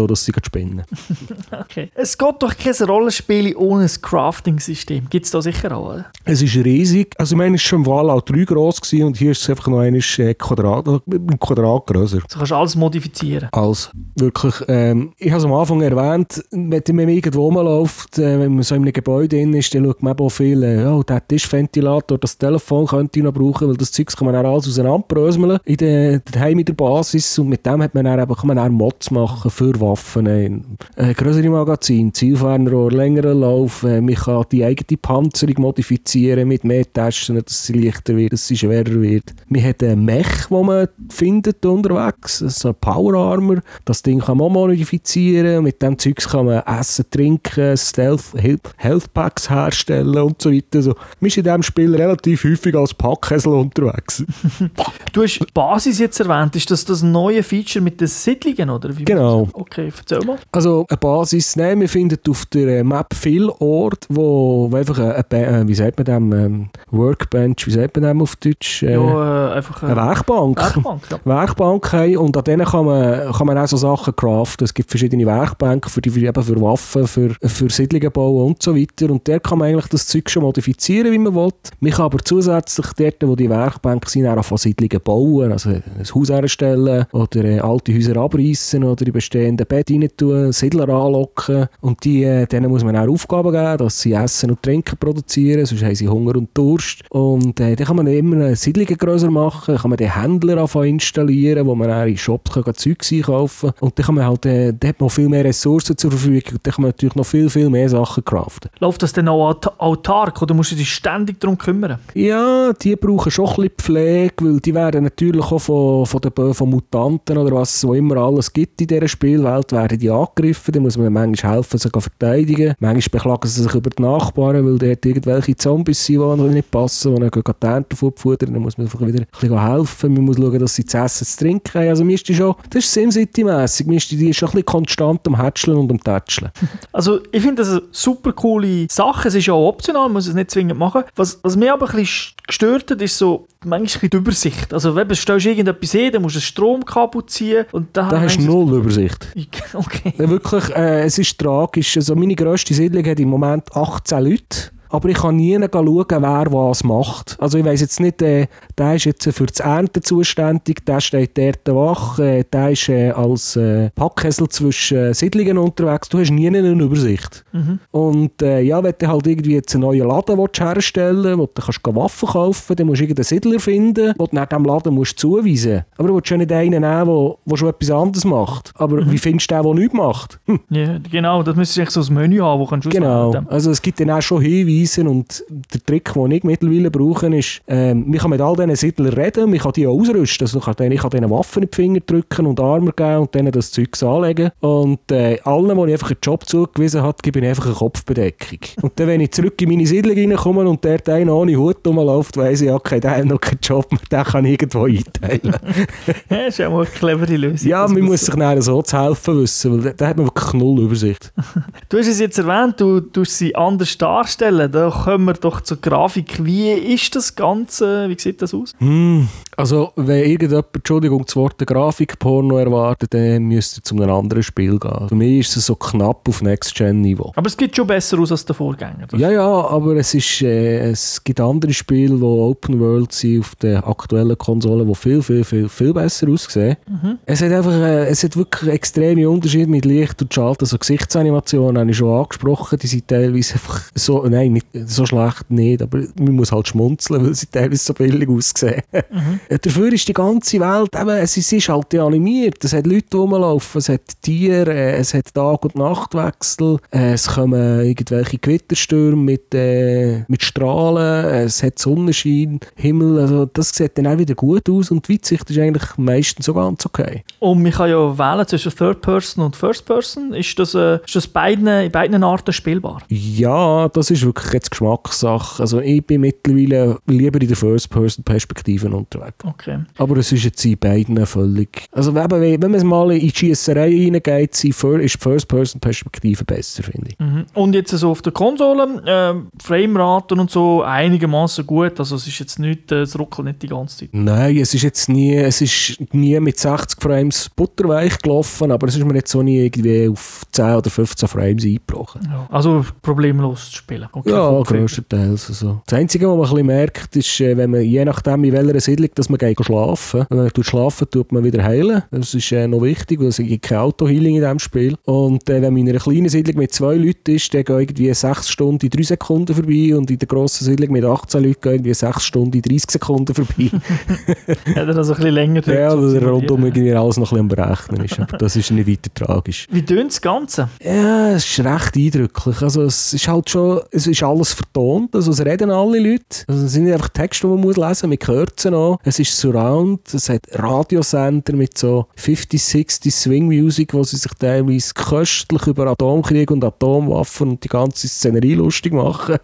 Speaker 2: so, dass sie spinnen.
Speaker 1: Okay. Es geht doch kein Rollenspiel ohne ein Crafting-System. Gibt es da sicher auch, oder?
Speaker 2: Es ist riesig. Also ich meine, es war schon im Fallout drei gross gewesen und hier ist es einfach noch ein äh, Quadrat, ein Quadrat grösser.
Speaker 1: Du kannst alles modifizieren.
Speaker 2: Alles. Wirklich. Ähm, ich habe es am Anfang erwähnt, wenn man irgendwo rumläuft, äh, wenn man so in einem Gebäude drin ist, dann schaut man auch viel, äh, oh, der Tischventilator, das Telefon könnte ich noch brauchen, weil das Zeug kann man dann alles auseinanderbröseln in der, daheim in der Basis und mit dem hat man dann eben, kann man dann Mods machen für Waffen, äh, äh, größere Magazine, Zielfernrohr, längeren Lauf, äh, man kann die eigene Panzerung modifizieren mit mehr Taschen, dass sie leichter wird, dass sie schwerer wird. Man hat einen Mech, den man findet unterwegs, so ein Power Armor, das Ding kann man modifizieren, mit dem Zeug kann man essen, trinken, Stealth, Health Packs herstellen und so weiter. Also, man ist in diesem Spiel relativ häufig als Packhäsel unterwegs.
Speaker 1: Du hast die Basis jetzt erwähnt, ist das das neue Feature mit den Siedlungen, oder? Wie
Speaker 2: genau.
Speaker 1: Okay, erzähl mal.
Speaker 2: Also eine Basis, nein, wir finden auf der Map viele Orte, wo, wo einfach eine, eine, wie sagt man dem, ähm, Workbench, wie sagt man dem auf Deutsch? Äh,
Speaker 1: ja, äh, einfach
Speaker 2: eine, eine Werkbank.
Speaker 1: Werkbank, ja.
Speaker 2: Werkbank haben und an denen kann man, kann man auch so Sachen craften. Es gibt verschiedene Werkbänke für, die, für, eben für Waffen, für, für Siedlungen bauen und so weiter. Und der kann man eigentlich das Zeug schon modifizieren, wie man will. Man kann aber zusätzlich dort, wo die Werkbänke sind, auch von Siedlungen bauen, also ein Haus herstellen oder äh, alte Häuser abreißen oder in bestehende Bett rein tun, Siedler anlocken und die, äh, denen muss man auch Aufgaben geben, dass sie Essen und Trinken produzieren, sonst haben sie Hunger und Durst. Und äh, dann kann man immer Siedlungen grösser machen, kann man den Händler anfangen installieren, wo man auch in Shops kann Zeug einkaufen kann. Und dann kann man halt, äh, dann hat man viel mehr Ressourcen zur Verfügung und dann kann man natürlich noch viel, viel mehr Sachen craften.
Speaker 1: Läuft das denn auch autark oder musst du dich ständig darum kümmern?
Speaker 2: Ja, die brauchen schon ein bisschen Pflege, weil die werden natürlich auch von, von, den, von Mutanten oder was es immer alles gibt in dieser Spielwelt, werden die angegriffen, da muss man manchmal helfen, sie zu verteidigen. Manchmal beklagen sie sich über die Nachbarn, weil dort irgendwelche Zombies sind, die nicht passen, die dann die Ernte futtern, dann muss man einfach wieder ein bisschen helfen, man muss schauen, dass sie zu essen, zu trinken haben. Also mir ist die schon, das ist SimCity-mässig, mir ist die, die ist schon ein bisschen konstant am Hätscheln und am Tätscheln.
Speaker 1: Also ich finde das eine super coole Sache, es ist ja auch optional, man muss es nicht zwingend machen. Was, was mich aber ein bisschen gestört hat, ist so manchmal die Übersicht. Also wenn du stellst irgendetwas hin, dann musst du ein Stromkabel ziehen und da
Speaker 2: hast du null Übersicht.
Speaker 1: Okay.
Speaker 2: Wirklich, äh, es ist tragisch. Also meine grösste Siedlung hat im Moment achtzehn Leute. Aber ich kann nie schauen, wer was macht. Also ich weiss jetzt nicht, äh, der ist jetzt für das Ernten zuständig, der steht dort wach, äh, der ist äh, als äh, Packhäsel zwischen äh, Siedlungen unterwegs. Du hast nie eine Übersicht. Mhm. Und äh, ja, wenn du halt irgendwie jetzt einen neuen Laden willst herstellen willst, wo du kannst Waffen kaufen, dann musst du irgendeinen Siedler finden, den du nach diesem Laden musst zuweisen musst. Aber du willst schon nicht einen nehmen, der schon etwas anderes macht. Aber mhm. wie findest du den, der nichts macht? Hm.
Speaker 1: Ja, genau, das müsstest du echt so ein Menü haben, wo kannst du
Speaker 2: Genau, also es gibt dann auch schon Hinweise und der Trick, den ich mittlerweile brauche, ist, ähm, man kann mit all diesen Siedlern reden, man kann die auch ausrüsten. Also ich kann denen, ich kann denen Waffen in die Finger drücken und Armor geben und denen das Zeug anlegen. Und äh, allen, die ich einfach einen Job zugewiesen habe, gebe ich einfach eine Kopfbedeckung. Und dann, wenn ich zurück in meine Siedlung reinkomme und der einer ohne Hut rumläuft, weiss ich, okay, der hat noch keinen Job mehr, den kann ich irgendwo einteilen.
Speaker 1: Das ist ja mal eine clevere Lösung.
Speaker 2: Ja, man muss sich dann so zu helfen wissen, weil da hat man wirklich null Übersicht.
Speaker 1: Du hast es jetzt erwähnt, du tust sie anders darstellen. Da kommen wir doch zur Grafik. Wie ist das Ganze? Wie sieht das aus?
Speaker 2: Hm, also, wenn irgendjemand, Entschuldigung, das Wort Grafikporno erwartet, dann müsste er zu einem anderen Spiel gehen. Für mich ist es so knapp auf Next-Gen-Niveau.
Speaker 1: Aber es geht schon besser aus als der Vorgänger.
Speaker 2: Ja, ja, aber es, ist, äh, es gibt andere Spiele, die Open World sind auf den aktuellen Konsolen, die viel, viel, viel, viel besser aussehen. Mhm. Es hat einfach, äh, es hat wirklich extreme Unterschiede mit Licht und Schalten. Also Gesichtsanimationen habe ich schon angesprochen, die sind teilweise einfach so, nein, nicht so schlecht nicht, aber man muss halt schmunzeln, weil sie teilweise so billig aussehen. Mhm. Dafür ist die ganze Welt, eben, es ist halt animiert, es hat Leute, die rumlaufen, es hat Tiere, es hat Tag- und Nachtwechsel, es kommen irgendwelche Gewitterstürme mit, äh, mit Strahlen, es hat Sonnenschein, Himmel, also das sieht dann auch wieder gut aus und die Weitsicht ist eigentlich meistens so ganz okay.
Speaker 1: Und man kann ja wählen zwischen Third Person und First Person, ist das, äh, ist das beiden, in beiden Arten spielbar?
Speaker 2: Ja, das ist wirklich wirklich jetzt Geschmackssache. Also ich bin mittlerweile lieber in der First-Person-Perspektive unterwegs.
Speaker 1: Okay.
Speaker 2: Aber es ist jetzt in beiden völlig... Also wenn, wenn man mal in die Schiesserei reingeht, ist die First-Person-Perspektive besser, finde ich.
Speaker 1: Mhm. Und jetzt so auf der Konsole, äh, Frameraten und so einigermaßen gut. Also es ist jetzt nicht, äh, es ruckelt nicht die ganze Zeit.
Speaker 2: Nein, es ist jetzt nie, es ist nie mit sechzig Frames butterweich gelaufen, aber es ist mir jetzt so nie irgendwie auf zehn oder fünfzehn Frames eingebrochen.
Speaker 1: Ja. Also problemlos zu spielen. Okay,
Speaker 2: ja, grösstenteils. Also. Das Einzige, was man ein bisschen merkt, ist, wenn man, je nachdem in welcher Siedlung dass man geht schlafen. Wenn man schlafen tut man wieder heilen. Das ist äh, noch wichtig, weil es gibt kein Auto-Healing in diesem Spiel. Und äh, wenn man in einer kleinen Siedlung mit zwei Leuten ist, dann gehen irgendwie sechs Stunden in drei Sekunden vorbei und in der grossen Siedlung mit achtzehn Leuten gehen irgendwie sechs Stunden in dreißig Sekunden vorbei.
Speaker 1: Ja, das also ein bisschen länger.
Speaker 2: Ja, weil der rundum irgendwie alles noch ein bisschen am Berechnen ist. Aber das ist nicht weiter tragisch.
Speaker 1: Wie tönt das Ganze?
Speaker 2: Ja, es ist recht eindrücklich. Also es ist halt schon, es ist alles vertont, also es reden alle Leute. Also es sind nicht einfach Texte, die man muss lesen muss, man hört sie noch. Es ist Surround, es hat Radiosender mit so fünfzig, sechzig Swing Music, wo sie sich teilweise köstlich über Atomkrieg und Atomwaffen und die ganze Szenerie lustig machen.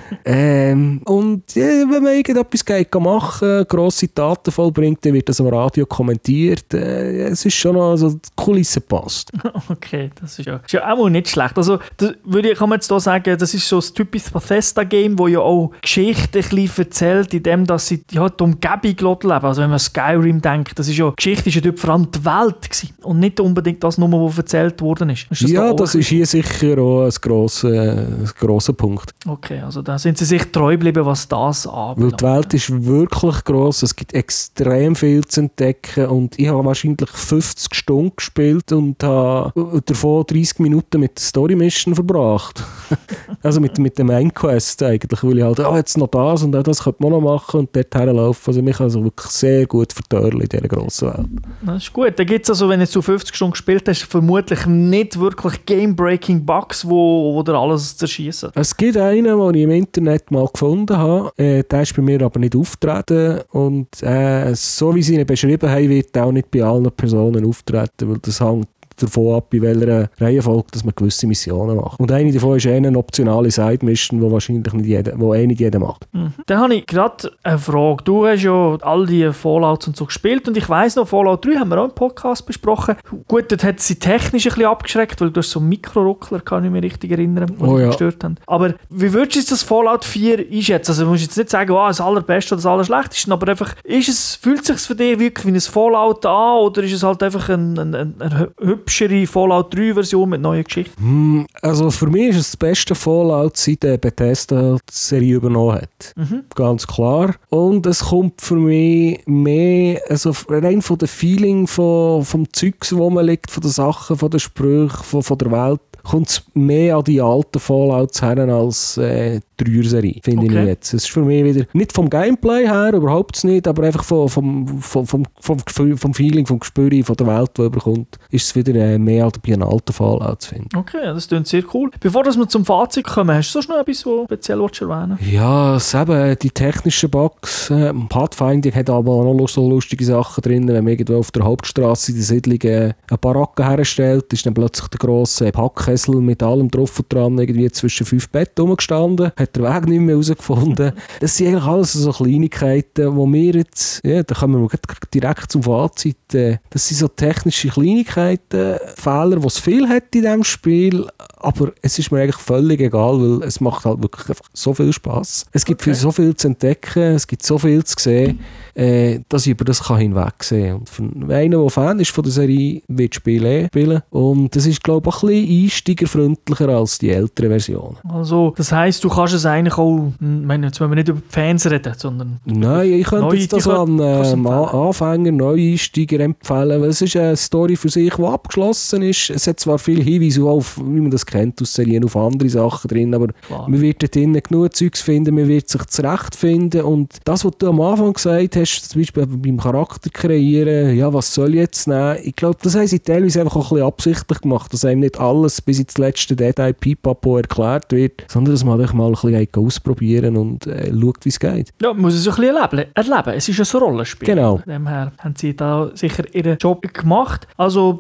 Speaker 2: ähm, und ja, wenn man irgendetwas geht, machen, grosse Taten vollbringt, dann wird das am Radio kommentiert. Äh, es ist schon noch, also die Kulisse passt.
Speaker 1: Okay, das ist ja, ist ja auch mal nicht schlecht. Also das würde ich, kann man jetzt hier sagen, das ist so ein typisches Bethesda-Game, wo ja auch Geschichte ein bisschen erzählt, indem dass sie ja, die Umgebung leben. Also wenn man Skyrim denkt, das ist ja, Geschichte ist ja dort vor allem die Welt gewesen und nicht unbedingt das Nummer, was erzählt worden ist. ist das
Speaker 2: ja,
Speaker 1: da
Speaker 2: das ist hier sicher auch ein grosser, ein grosser Punkt.
Speaker 1: Okay, also da sind sie sich treu geblieben, was das anbelangt.
Speaker 2: Weil die Welt ist wirklich gross, es gibt extrem viel zu entdecken und ich habe wahrscheinlich fünfzig Stunden gespielt und habe davon dreißig Minuten mit der Story-Mission verbracht. Also mit, mit dem Main-Quest eigentlich, weil ich halt, ah, jetzt noch das und das könnte man noch machen und dort herlaufen. Also mich also wirklich sehr gut vertörlen in dieser grossen Welt.
Speaker 1: Das ist gut. Da gibt es also, wenn du zu fünfzig Stunden gespielt hast, vermutlich nicht wirklich Game-Breaking Bugs, wo, wo dir alles zerschießen.
Speaker 2: Es gibt einen, den ich im Internet mal gefunden habe. Äh, der ist bei mir aber nicht auftreten und äh, so wie sie ihn beschrieben haben, wird er auch nicht bei allen Personen auftreten, weil das hängt davon ab, in welcher Reihenfolge dass man gewisse Missionen macht. Und eine davon ist eine optionale Side-Mission, die wahrscheinlich nicht jeder, wo eh nicht jeder macht.
Speaker 1: Mhm. Dann habe ich gerade eine Frage. Du hast ja all die Fallouts und so gespielt und ich weiss noch, Fallout drei haben wir auch im Podcast besprochen. Gut, dort hat sie technisch ein bisschen abgeschreckt, weil du hast so einen Mikroruckler, kann ich mich richtig erinnern, die
Speaker 2: oh, ja.
Speaker 1: gestört haben. Aber wie würdest du das Fallout vier einschätzen? Also du musst jetzt nicht sagen, oh, das Allerbeste oder das Allerschlechteste, aber einfach, ist es, fühlt es sich für dich wirklich wie ein Fallout an oder ist es halt einfach ein, ein, ein, ein hübschere Fallout drei Version mit neuen Geschichten?
Speaker 2: Also für mich ist es das beste Fallout, seit der Bethesda die Serie übernommen hat. Mhm. Ganz klar. Und es kommt für mich mehr, also rein von dem Feeling von, vom Zeugs, wo man liegt, von den Sachen, von den Sprüchen, von, von der Welt, kommt es mehr an die alten Fallouts her als äh, die Dreier-Serie, finde okay. ich jetzt. Es ist für mich wieder, nicht vom Gameplay her, überhaupt nicht, aber einfach vom, vom, vom, vom, vom, vom Feeling, vom Gespür von der Welt, die überkommt, ist es wieder äh, mehr als bei einem alten Fallout zu finden.
Speaker 1: Okay, das klingt sehr cool. Bevor wir zum Fazit kommen, hast du sonst noch etwas, was speziell erwähnen willst?
Speaker 2: Ja, es eben die technischen Bugs. Äh, Pathfinding hat aber auch noch so lustige Sachen drin. Wenn man irgendwo auf der Hauptstraße in der Siedlung äh, eine Baracke herstellt, ist dann plötzlich der grosse Packkessel mit allem drauf und dran irgendwie zwischen fünf Betten rumgestanden, hat den Weg nicht mehr herausgefunden. Das sind eigentlich alles so Kleinigkeiten, wo wir jetzt, ja, da kommen wir direkt zum Fazit, äh, das sind so technische Kleinigkeiten, Fehler, die es viel hat in diesem Spiel, aber es ist mir eigentlich völlig egal, weil es macht halt wirklich einfach so viel Spass. Es gibt okay. so viel zu entdecken, es gibt so viel zu sehen, äh, dass ich über das kann hinwegsehen kann. Und für einen, der Fan ist von der Serie, wird das Spiel eh spielen. Und das ist, glaube ich, ein bisschen einsteigerfreundlicher als die älteren Versionen.
Speaker 1: Also, das heisst, du kannst es eigentlich auch, ich meine, jetzt wollen wir nicht über die Fans reden, sondern...
Speaker 2: Nein, ich könnte jetzt das an äh, Anfänger, Neueinsteiger empfehlen, weil es ist eine Story für sich, die abgeschlossen ist. Es hat zwar viele Hinweise auf, wie man das kennt aus Serien, auf andere Sachen drin, aber klar. Man wird dort drinnen genug Zeugs finden, man wird sich zurechtfinden und das, was du am Anfang gesagt hast, zum Beispiel beim Charakter kreieren, ja, was soll ich jetzt nehmen? Ich glaube, das haben sie teilweise einfach auch ein bisschen absichtlich gemacht, dass einem nicht alles bis ins letzte Detail pipapo erklärt wird, sondern dass man mal ein bisschen ausprobieren und äh, schaut, wie es geht.
Speaker 1: Ja, man muss es ein bisschen erleben. erleben. Es ist ein Rollenspiel.
Speaker 2: Genau.
Speaker 1: Von dem her haben sie da sicher ihren Job gemacht. Also, das klingt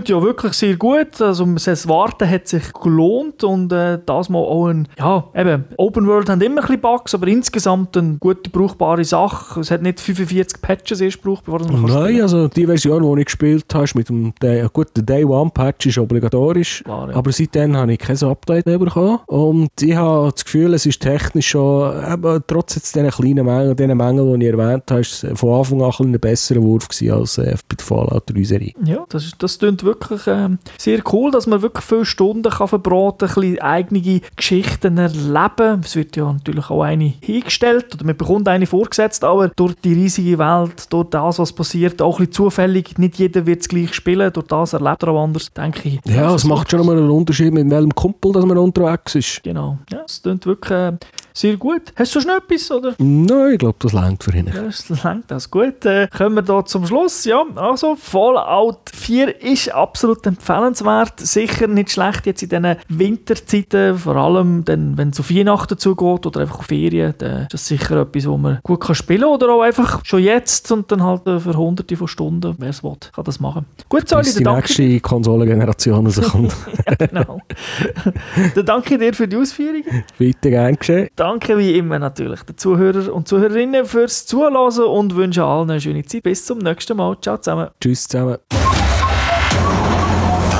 Speaker 1: tönt ja wirklich sehr gut. Also das Warten hat sich gelohnt und äh, das mal auch ein, ja, eben, Open World haben immer ein bisschen Bugs, aber insgesamt eine gute, brauchbare Sache. Es hat nicht fünfundvierzig Patches erst gebraucht, bevor das man
Speaker 2: Nein,
Speaker 1: spielen.
Speaker 2: also die Version, die ich gespielt habe, ist mit dem Day, gut, der Day One Patch ist obligatorisch,
Speaker 1: Klar, ja.
Speaker 2: aber seitdem habe ich kein Update mehr bekommen und ich habe das Gefühl, es ist technisch schon, eben, trotz jetzt diesen kleinen Mängeln, diesen Mängeln, die ich erwähnt habe, ist es von Anfang an ein, ein besserer Wurf gewesen als äh, bei der Fallout drei Serie.
Speaker 1: Ja, das, ist, das klingt wirklich ähm, sehr cool, dass man wirklich viele Stunden kann verbraten kann, ein bisschen eigene Geschichten erleben. Es wird ja natürlich auch eine hingestellt oder man bekommt eine vorgesetzt, aber durch die riesige Welt, durch das, was passiert, auch ein bisschen zufällig, nicht jeder wird es gleich spielen, durch das erlebt er auch anders, denke ich.
Speaker 2: Ja, es macht schon mal einen Unterschied, mit welchem Kumpel dass man unterwegs ist.
Speaker 1: Genau, ja, es klingt wirklich äh, sehr gut. Hast du schon etwas, oder?
Speaker 2: Nein, ich glaube, das reicht für ihn.
Speaker 1: Ja, das reicht, das gut. Äh, kommen wir da zum Schluss. Ja, also Fallout vier ist absolut empfehlenswert. Sicher nicht schlecht jetzt in diesen Winterzeiten, vor allem dann, wenn es auf Weihnachten zugeht oder einfach auf Ferien, dann ist das sicher etwas, wo man gut kann spielen kann oder auch einfach schon jetzt und dann halt äh, für hunderte von Stunden, wer es will, kann das machen. Gut, Sali,
Speaker 2: bis die
Speaker 1: danke
Speaker 2: nächste Konsolengeneration rauskommt.
Speaker 1: ja, genau. Dann danke dir für die Ausführungen.
Speaker 2: Weiter gern geschehen.
Speaker 1: Danke wie immer natürlich den Zuhörern und Zuhörerinnen fürs Zuhören und wünsche allen eine schöne Zeit. Bis zum nächsten Mal. Ciao zusammen.
Speaker 2: Tschüss zusammen.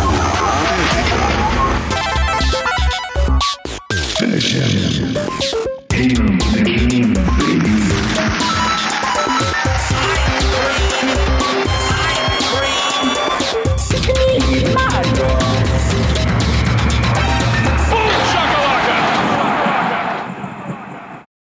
Speaker 3: Finish him.